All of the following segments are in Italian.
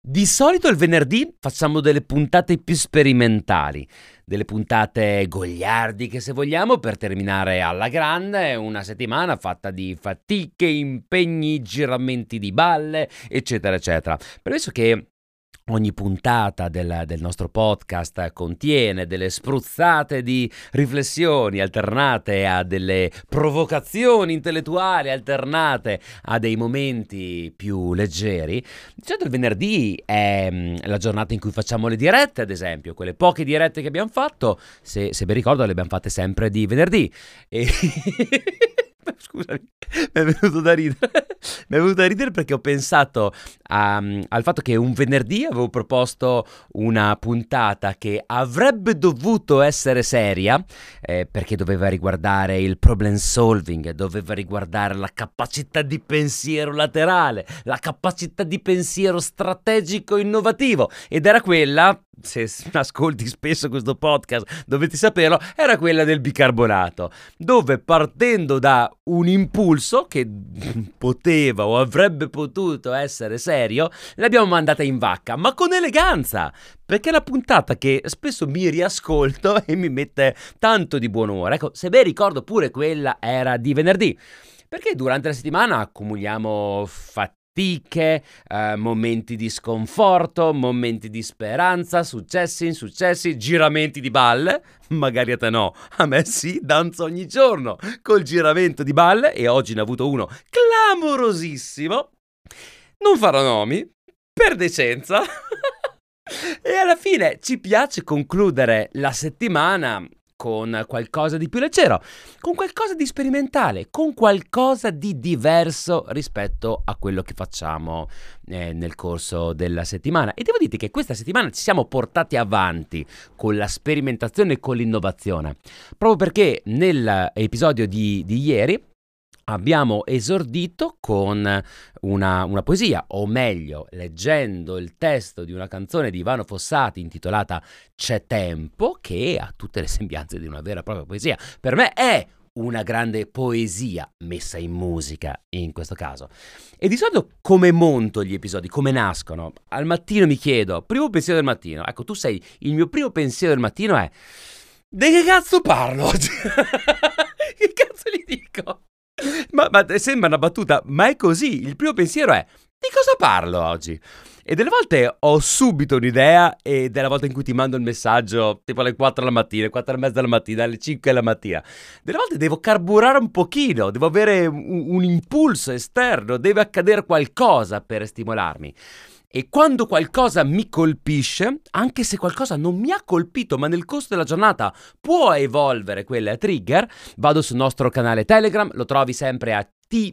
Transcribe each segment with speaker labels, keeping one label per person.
Speaker 1: Di solito il venerdì facciamo delle puntate più sperimentali, delle puntate goliardiche se vogliamo, per terminare alla grande una settimana fatta di fatiche, impegni, giramenti di balle, eccetera, eccetera. Premesso che ogni puntata del nostro podcast contiene delle spruzzate di riflessioni alternate a delle provocazioni intellettuali, alternate a dei momenti più leggeri. Certo, il venerdì è la giornata in cui facciamo le dirette, ad esempio, quelle poche dirette che abbiamo fatto, se ben ricordo le abbiamo fatte sempre di venerdì. E... Scusami, mi è venuto da ridere. Mi è venuto da ridere perché ho pensato al fatto che un venerdì avevo proposto una puntata che avrebbe dovuto essere seria, perché doveva riguardare il problem solving, doveva riguardare la capacità di pensiero laterale, la capacità di pensiero strategico innovativo, ed era quella, se ascolti spesso questo podcast dovete saperlo, era quella del bicarbonato, dove partendo da un impulso che poteva o avrebbe potuto essere serio, l'abbiamo mandata in vacca, ma con eleganza, perché è una puntata che spesso mi riascolto e mi mette tanto di buon umore. Ecco, se ben ricordo pure quella era di venerdì, perché durante la settimana accumuliamo fatiche, momenti di sconforto, momenti di speranza, successi, insuccessi, giramenti di balle. Magari a te no, a me sì, danzo ogni giorno col giramento di balle, e oggi ne ho avuto uno clamorosissimo. Non farò nomi, per decenza. E alla fine ci piace concludere la settimana con qualcosa di più leggero, con qualcosa di sperimentale, con qualcosa di diverso rispetto a quello che facciamo nel corso della settimana. E devo dirti che questa settimana ci siamo portati avanti con la sperimentazione e con l'innovazione, proprio perché nell'episodio di ieri abbiamo esordito con una poesia, o meglio, leggendo il testo di una canzone di Ivano Fossati intitolata C'è tempo, che ha tutte le sembianze di una vera e propria poesia. Per me è una grande poesia messa in musica in questo caso. E di solito come monto gli episodi, come nascono? Al mattino mi chiedo, primo pensiero del mattino, ecco, tu sei il mio primo pensiero del mattino è: di che cazzo parlo oggi? Che cazzo gli dico? Ma sembra una battuta, ma è così. Il primo pensiero è: di cosa parlo oggi? E delle volte ho subito un'idea, e della volta in cui ti mando il messaggio tipo alle 4 della mattina, 4 e mezza della mattina, alle 5 della mattina, delle volte devo carburare un pochino, devo avere un impulso esterno, deve accadere qualcosa per stimolarmi. E quando qualcosa mi colpisce, anche se qualcosa non mi ha colpito, ma nel corso della giornata può evolvere quella trigger, vado sul nostro canale Telegram, lo trovi sempre a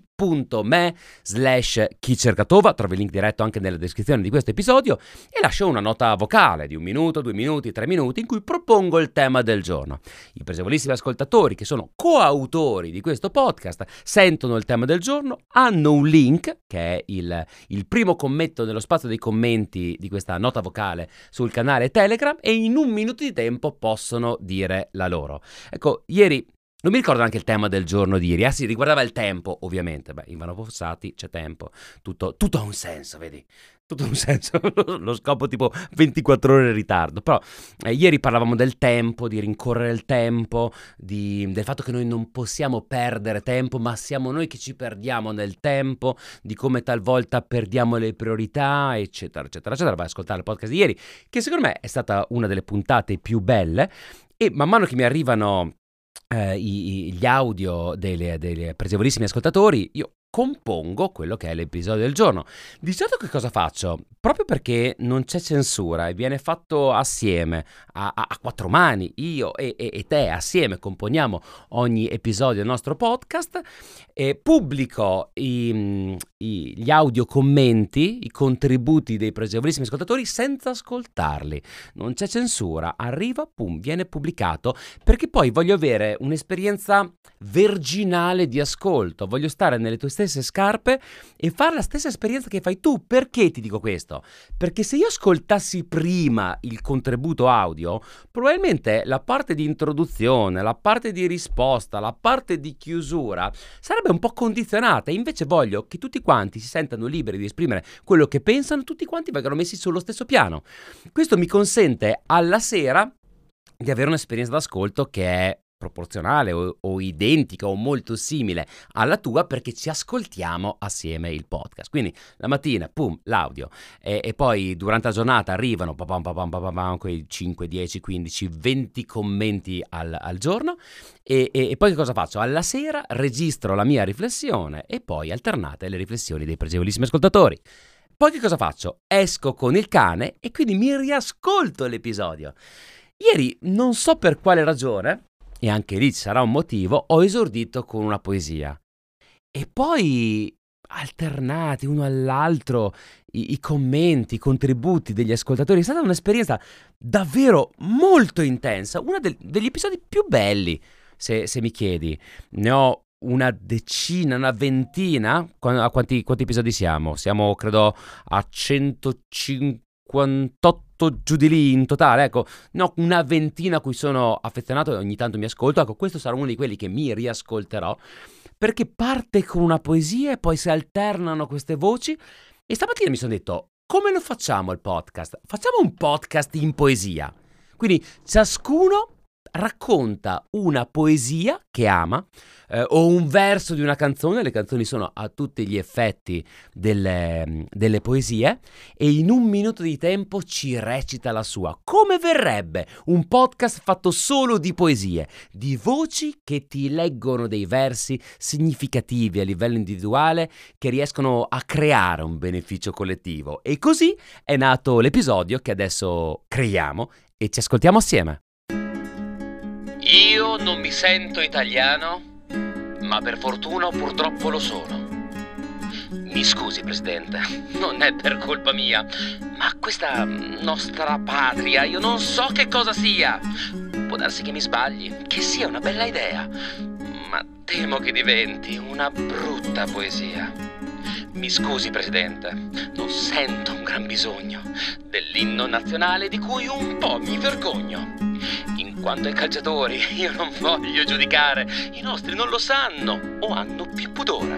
Speaker 1: t.me/chicercatova, trovi il link diretto anche nella descrizione di questo episodio, e lascio una nota vocale di 1 minuto, 2 minuti, 3 minuti in cui propongo il tema del giorno. I pregevolissimi ascoltatori, che sono coautori di questo podcast, sentono il tema del giorno, hanno un link che è il primo commento nello spazio dei commenti di questa nota vocale sul canale Telegram, e in 1 minuto di tempo possono dire la loro. Ecco, ieri non mi ricordo anche il tema del giorno di ieri. Ah sì, riguardava il tempo, ovviamente. Beh, Ivano Fossati, c'è tempo. Tutto ha un senso, vedi? Tutto ha un senso. Lo scopo tipo 24 ore in ritardo. Però ieri parlavamo del tempo, di rincorrere il tempo, del fatto che noi non possiamo perdere tempo, ma siamo noi che ci perdiamo nel tempo, di come talvolta perdiamo le priorità, eccetera, eccetera, eccetera. Vai ad ascoltare il podcast di ieri, che secondo me è stata una delle puntate più belle. E man mano che mi arrivano gli audio dei pregevolissimi ascoltatori, io compongo quello che è l'episodio del giorno. Di solito che cosa faccio? Proprio perché non c'è censura e viene fatto assieme, a 4 mani, io e te assieme componiamo ogni episodio del nostro podcast, e pubblico gli audio commenti, i contributi dei pregevolissimi ascoltatori senza ascoltarli. Non c'è censura, arriva, pum, viene pubblicato, perché poi voglio avere un'esperienza verginale di ascolto, voglio stare nelle tue stesse scarpe e fare la stessa esperienza che fai tu. Perché ti dico questo? questo, perché se io ascoltassi prima il contributo audio, probabilmente la parte di introduzione, la parte di risposta, la parte di chiusura sarebbe un po' condizionata. Invece voglio che tutti quanti si sentano liberi di esprimere quello che pensano, tutti quanti vengano messi sullo stesso piano. Questo mi consente alla sera di avere un'esperienza d'ascolto che è proporzionale o identica o molto simile alla tua, perché ci ascoltiamo assieme il podcast. Quindi la mattina, pum, l'audio, e poi durante la giornata arrivano quei 5, 10, 15, 20 commenti al giorno, e poi che cosa faccio? Alla sera registro la mia riflessione e poi alternate le riflessioni dei pregevolissimi ascoltatori. Poi che cosa faccio? Esco con il cane e quindi mi riascolto l'episodio. Ieri, non so per quale ragione, e anche lì ci sarà un motivo, ho esordito con una poesia. E poi, alternati uno all'altro, i commenti, i contributi degli ascoltatori, è stata un'esperienza davvero molto intensa, uno degli episodi più belli, se mi chiedi. Ne ho una decina, una ventina. A quanti episodi siamo? Siamo, credo, a 158 giù di lì in totale, ecco, no, una ventina a cui sono affezionato e ogni tanto mi ascolto. Ecco, questo sarà uno di quelli che mi riascolterò, perché parte con una poesia e poi si alternano queste voci. E stamattina mi sono detto, come lo facciamo il podcast? Facciamo un podcast in poesia. Quindi ciascuno racconta una poesia che ama, o un verso di una canzone. Le canzoni sono a tutti gli effetti delle poesie, e in un minuto di tempo ci recita la sua. Come verrebbe un podcast fatto solo di poesie, di voci che ti leggono dei versi significativi a livello individuale, che riescono a creare un beneficio collettivo. E così è nato l'episodio che adesso creiamo e ci ascoltiamo assieme. Io non mi sento italiano, ma per fortuna o purtroppo lo sono. Mi scusi, Presidente, non è per colpa mia, ma questa nostra patria io non so che cosa sia. Può darsi che mi sbagli, che sia una bella idea, ma temo che diventi una brutta poesia. Mi scusi, Presidente, non sento un gran bisogno dell'inno nazionale di cui un po' mi vergogno. In quanto ai calciatori, io non voglio giudicare, i nostri non lo sanno o hanno più pudore.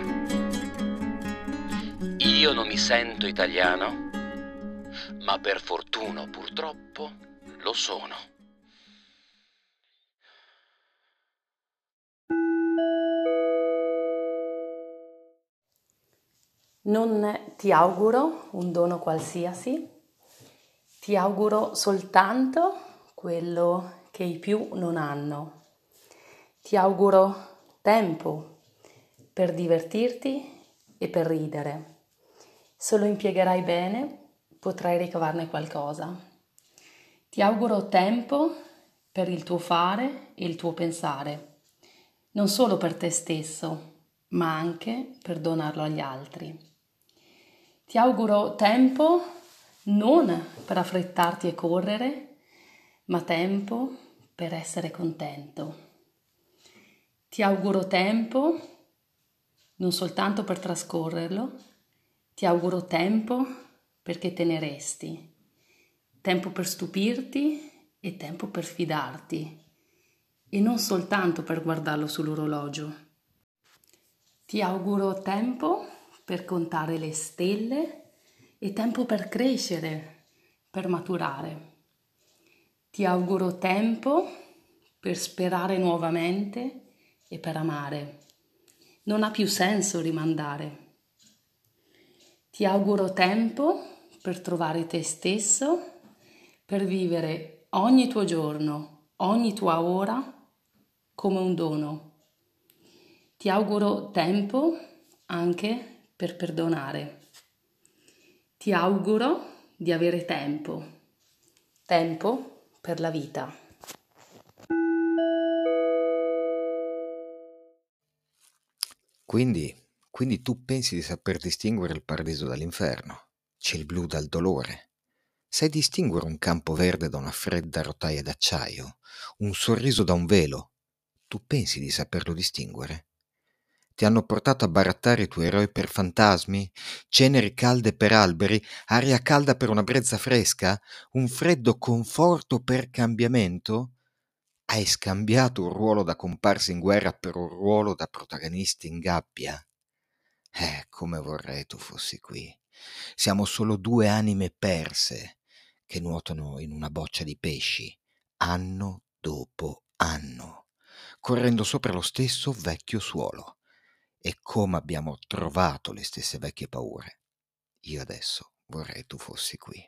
Speaker 1: Io non mi sento italiano, ma per fortuna o purtroppo lo sono.
Speaker 2: Non ti auguro un dono qualsiasi, ti auguro soltanto quello che i più non hanno. Ti auguro tempo per divertirti e per ridere. Se lo impiegherai bene, potrai ricavarne qualcosa. Ti auguro tempo per il tuo fare e il tuo pensare, non solo per te stesso, ma anche per donarlo agli altri. Ti auguro tempo non per affrettarti e correre, ma tempo per essere contento. Ti auguro tempo non soltanto per trascorrerlo, ti auguro tempo perché te ne resti, tempo per stupirti e tempo per sfidarti, e non soltanto per guardarlo sull'orologio. Ti auguro tempo per contare le stelle e tempo per crescere, per maturare. Ti auguro tempo per sperare nuovamente e per amare. Non ha più senso rimandare. Ti auguro tempo per trovare te stesso, per vivere ogni tuo giorno, ogni tua ora come un dono. Ti auguro tempo anche per perdonare. Ti auguro di avere tempo per la vita.
Speaker 3: Quindi tu pensi di saper distinguere il paradiso dall'inferno, ciel blu dal dolore. Sai distinguere un campo verde da una fredda rotaia d'acciaio, un sorriso da un velo. Tu pensi di saperlo distinguere? Ti hanno portato a barattare i tuoi eroi per fantasmi? Ceneri calde per alberi? Aria calda per una brezza fresca? Un freddo conforto per cambiamento? Hai scambiato un ruolo da comparsa in guerra per un ruolo da protagonista in gabbia? Come vorrei tu fossi qui. Siamo solo due anime perse che nuotano in una boccia di pesci, anno dopo anno, correndo sopra lo stesso vecchio suolo. E come abbiamo trovato le stesse vecchie paure. Io adesso vorrei tu fossi qui.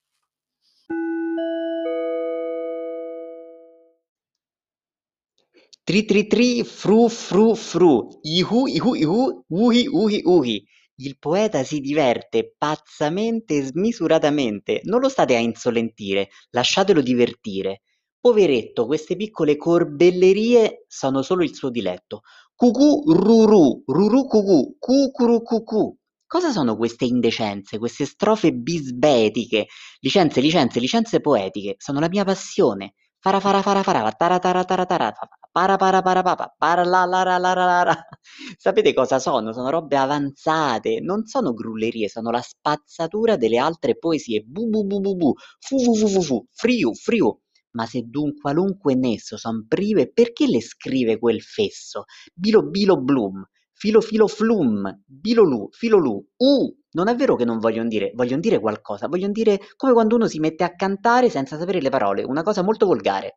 Speaker 4: Tri tri tri, fru fru fru, ihu ihu ihu, uhi uhi uhi. Il poeta si diverte pazzamente e smisuratamente. Non lo state a insolentire, lasciatelo divertire. Poveretto, queste piccole corbellerie sono solo il suo diletto. Cucù ruru, ruru cucù, cucuru cucù. Cosa sono queste indecenze, queste strofe bisbetiche? Licenze poetiche, sono la mia passione. Fara fara fara fara, tara tara tara tara, para papa, para la la. Sapete cosa sono? Sono robe avanzate, non sono grullerie, sono la spazzatura delle altre poesie. Bu bu bu bu bu, fu, friu, friu. Ma se d'un qualunque nesso son prive, perché le scrive quel fesso? Bilo bilo blum, filo filo flum, bilo lu, filo lu, non è vero che non vogliono dire qualcosa, vogliono dire come quando uno si mette a cantare senza sapere le parole, una cosa molto volgare.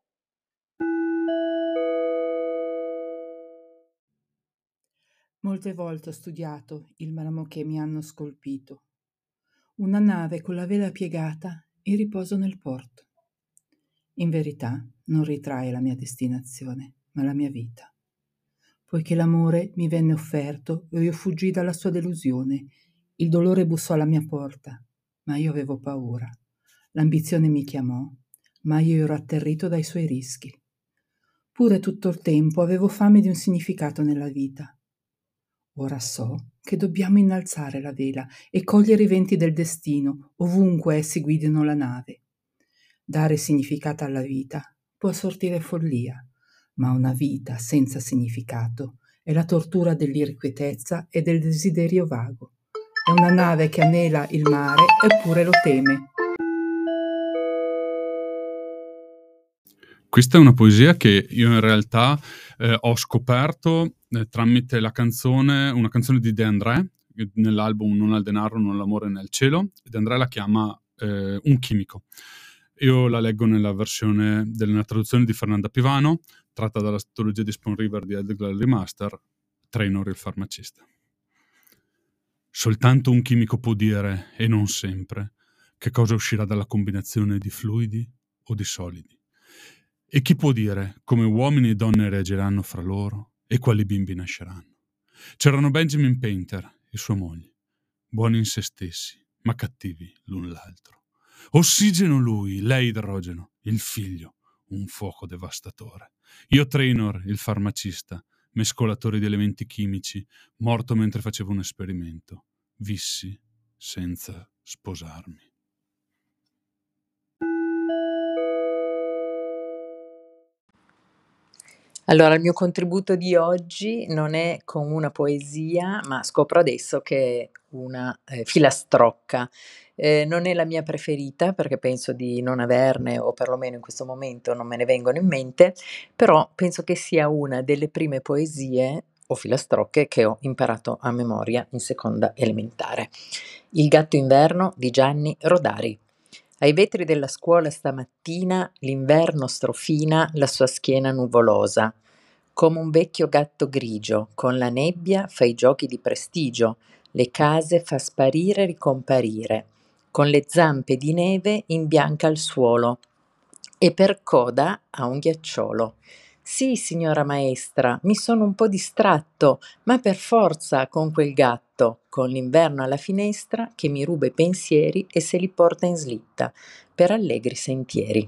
Speaker 5: Molte volte ho studiato il marmo che mi hanno scolpito. Una nave con la vela piegata in riposo nel porto. In verità non ritrae la mia destinazione, ma la mia vita. Poiché l'amore mi venne offerto e io fuggii dalla sua delusione, il dolore bussò alla mia porta, ma io avevo paura. L'ambizione mi chiamò, ma io ero atterrito dai suoi rischi. Pure tutto il tempo avevo fame di un significato nella vita. Ora so che dobbiamo innalzare la vela e cogliere i venti del destino, ovunque essi guidino la nave. Dare significato alla vita può sortire follia, ma una vita senza significato è la tortura dell'irrequietezza e del desiderio vago. È una nave che anela il mare eppure lo teme.
Speaker 6: Questa è una poesia che io in realtà ho scoperto tramite una canzone di De André, nell'album Non al denaro, non all'amore nel cielo. De André la chiama Un chimico. Io la leggo nella traduzione di Fernanda Pivano, tratta dalla trilogia di Spoon River di Edgar Remaster, Trainor il farmacista. Soltanto un chimico può dire, e non sempre, che cosa uscirà dalla combinazione di fluidi o di solidi. E chi può dire come uomini e donne reagiranno fra loro e quali bimbi nasceranno? C'erano Benjamin Painter e sua moglie, buoni in se stessi, ma cattivi l'un l'altro. Ossigeno lui, lei idrogeno, il figlio, un fuoco devastatore. Io Trainor, il farmacista, mescolatore di elementi chimici, morto mentre facevo un esperimento. Vissi senza sposarmi.
Speaker 7: Allora, il mio contributo di oggi non è con una poesia, ma scopro adesso che è una filastrocca. Non è la mia preferita perché penso di non averne, o perlomeno in questo momento non me ne vengono in mente, però penso che sia una delle prime poesie o filastrocche che ho imparato a memoria in seconda elementare. Il gatto inverno di Gianni Rodari. Ai vetri della scuola stamattina l'inverno strofina la sua schiena nuvolosa. Come un vecchio gatto grigio, con la nebbia fa i giochi di prestigio, le case fa sparire e ricomparire. Con le zampe di neve imbianca il suolo e per coda ha un ghiacciolo. Sì, signora maestra, mi sono un po' distratto, ma per forza con quel gatto, con l'inverno alla finestra che mi ruba i pensieri e se li porta in slitta, per allegri sentieri.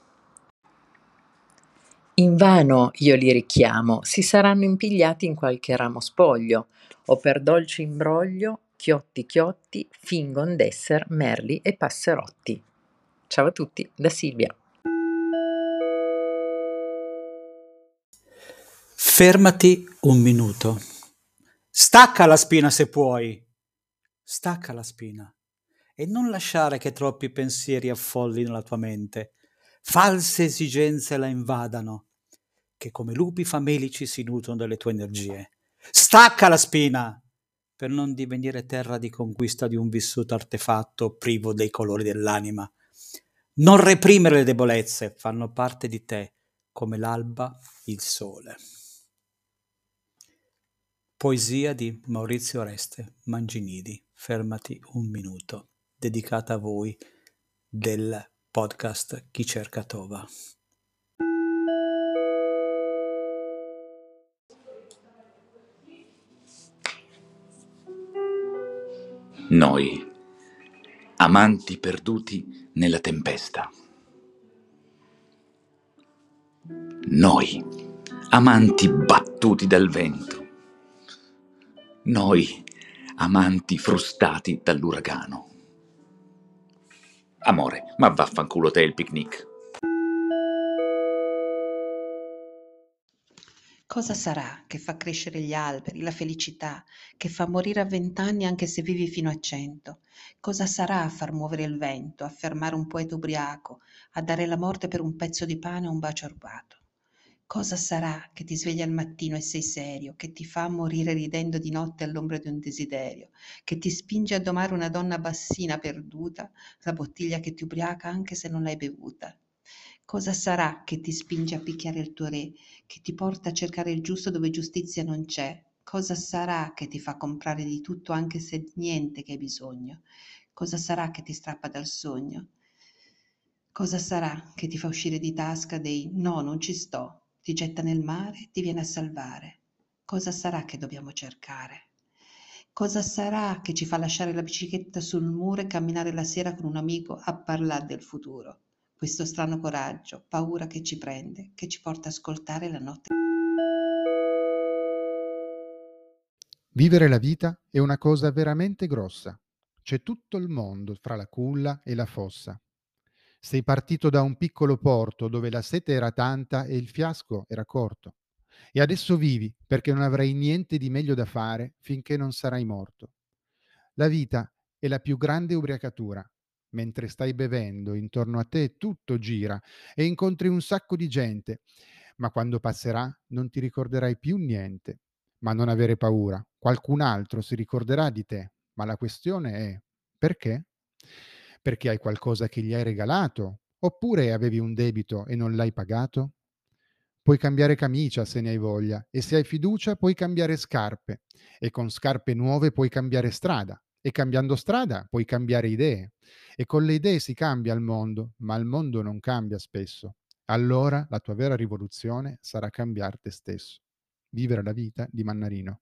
Speaker 7: Invano io li richiamo, si saranno impigliati in qualche ramo spoglio, o per dolce imbroglio, chiotti chiotti, fingon d'esser merli e passerotti. Ciao a tutti, da Silvia.
Speaker 8: Fermati un minuto. Stacca la spina se puoi. Stacca la spina e non lasciare che troppi pensieri affollino la tua mente. False esigenze la invadano, che come lupi famelici si nutrono delle tue energie. Stacca la spina per non divenire terra di conquista di un vissuto artefatto privo dei colori dell'anima. Non reprimere le debolezze, fanno parte di te, come l'alba il sole. Poesia di Maurizio Oreste Manginidi. Fermati un minuto, dedicata a voi del podcast Chi cerca Tova.
Speaker 9: Noi, amanti perduti nella tempesta. Noi, amanti battuti dal vento. Noi, amanti frustati dall'uragano. Amore, ma vaffanculo te il picnic.
Speaker 10: Cosa sarà che fa crescere gli alberi, la felicità, che fa morire a 20 anni anche se vivi fino a 100? Cosa sarà a far muovere il vento, a fermare un poeta ubriaco, a dare la morte per un pezzo di pane o un bacio rubato? Cosa sarà che ti sveglia al mattino e sei serio, che ti fa morire ridendo di notte all'ombra di un desiderio, che ti spinge a domare una donna bassina perduta, la bottiglia che ti ubriaca anche se non l'hai bevuta? Cosa sarà che ti spinge a picchiare il tuo re, che ti porta a cercare il giusto dove giustizia non c'è? Cosa sarà che ti fa comprare di tutto anche se di niente che hai bisogno? Cosa sarà che ti strappa dal sogno? Cosa sarà che ti fa uscire di tasca dei no, non ci sto, ti getta nel mare, ti viene a salvare? Cosa sarà che dobbiamo cercare? Cosa sarà che ci fa lasciare la bicicletta sul muro e camminare la sera con un amico a parlare del futuro? Questo strano coraggio, paura che ci prende, che ci porta a ascoltare la notte.
Speaker 11: Vivere la vita è una cosa veramente grossa. C'è tutto il mondo fra la culla e la fossa. Sei partito da un piccolo porto dove la sete era tanta e il fiasco era corto. E adesso vivi perché non avrai niente di meglio da fare finché non sarai morto. La vita è la più grande ubriacatura. Mentre stai bevendo, intorno a te tutto gira e incontri un sacco di gente. Ma quando passerà non ti ricorderai più niente. Ma non avere paura, qualcun altro si ricorderà di te. Ma la questione è: perché? Perché hai qualcosa che gli hai regalato? Oppure avevi un debito e non l'hai pagato? Puoi cambiare camicia se ne hai voglia e se hai fiducia puoi cambiare scarpe e con scarpe nuove puoi cambiare strada e cambiando strada puoi cambiare idee e con le idee si cambia il mondo, ma il mondo non cambia spesso. Allora la tua vera rivoluzione sarà cambiare te stesso. Vivere la vita di Mannarino.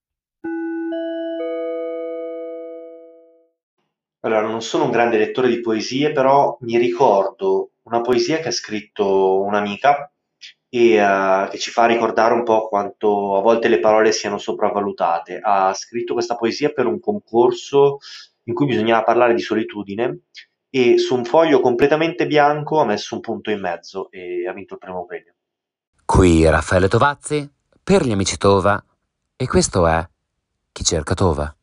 Speaker 12: Allora, non sono un grande lettore di poesie, però mi ricordo una poesia che ha scritto un'amica e che ci fa ricordare un po' quanto a volte le parole siano sopravvalutate. Ha scritto questa poesia per un concorso in cui bisognava parlare di solitudine e su un foglio completamente bianco ha messo un punto in mezzo e ha vinto il primo premio.
Speaker 1: Qui Raffaele Tovazzi per gli amici Tova e questo è Chi cerca Tova.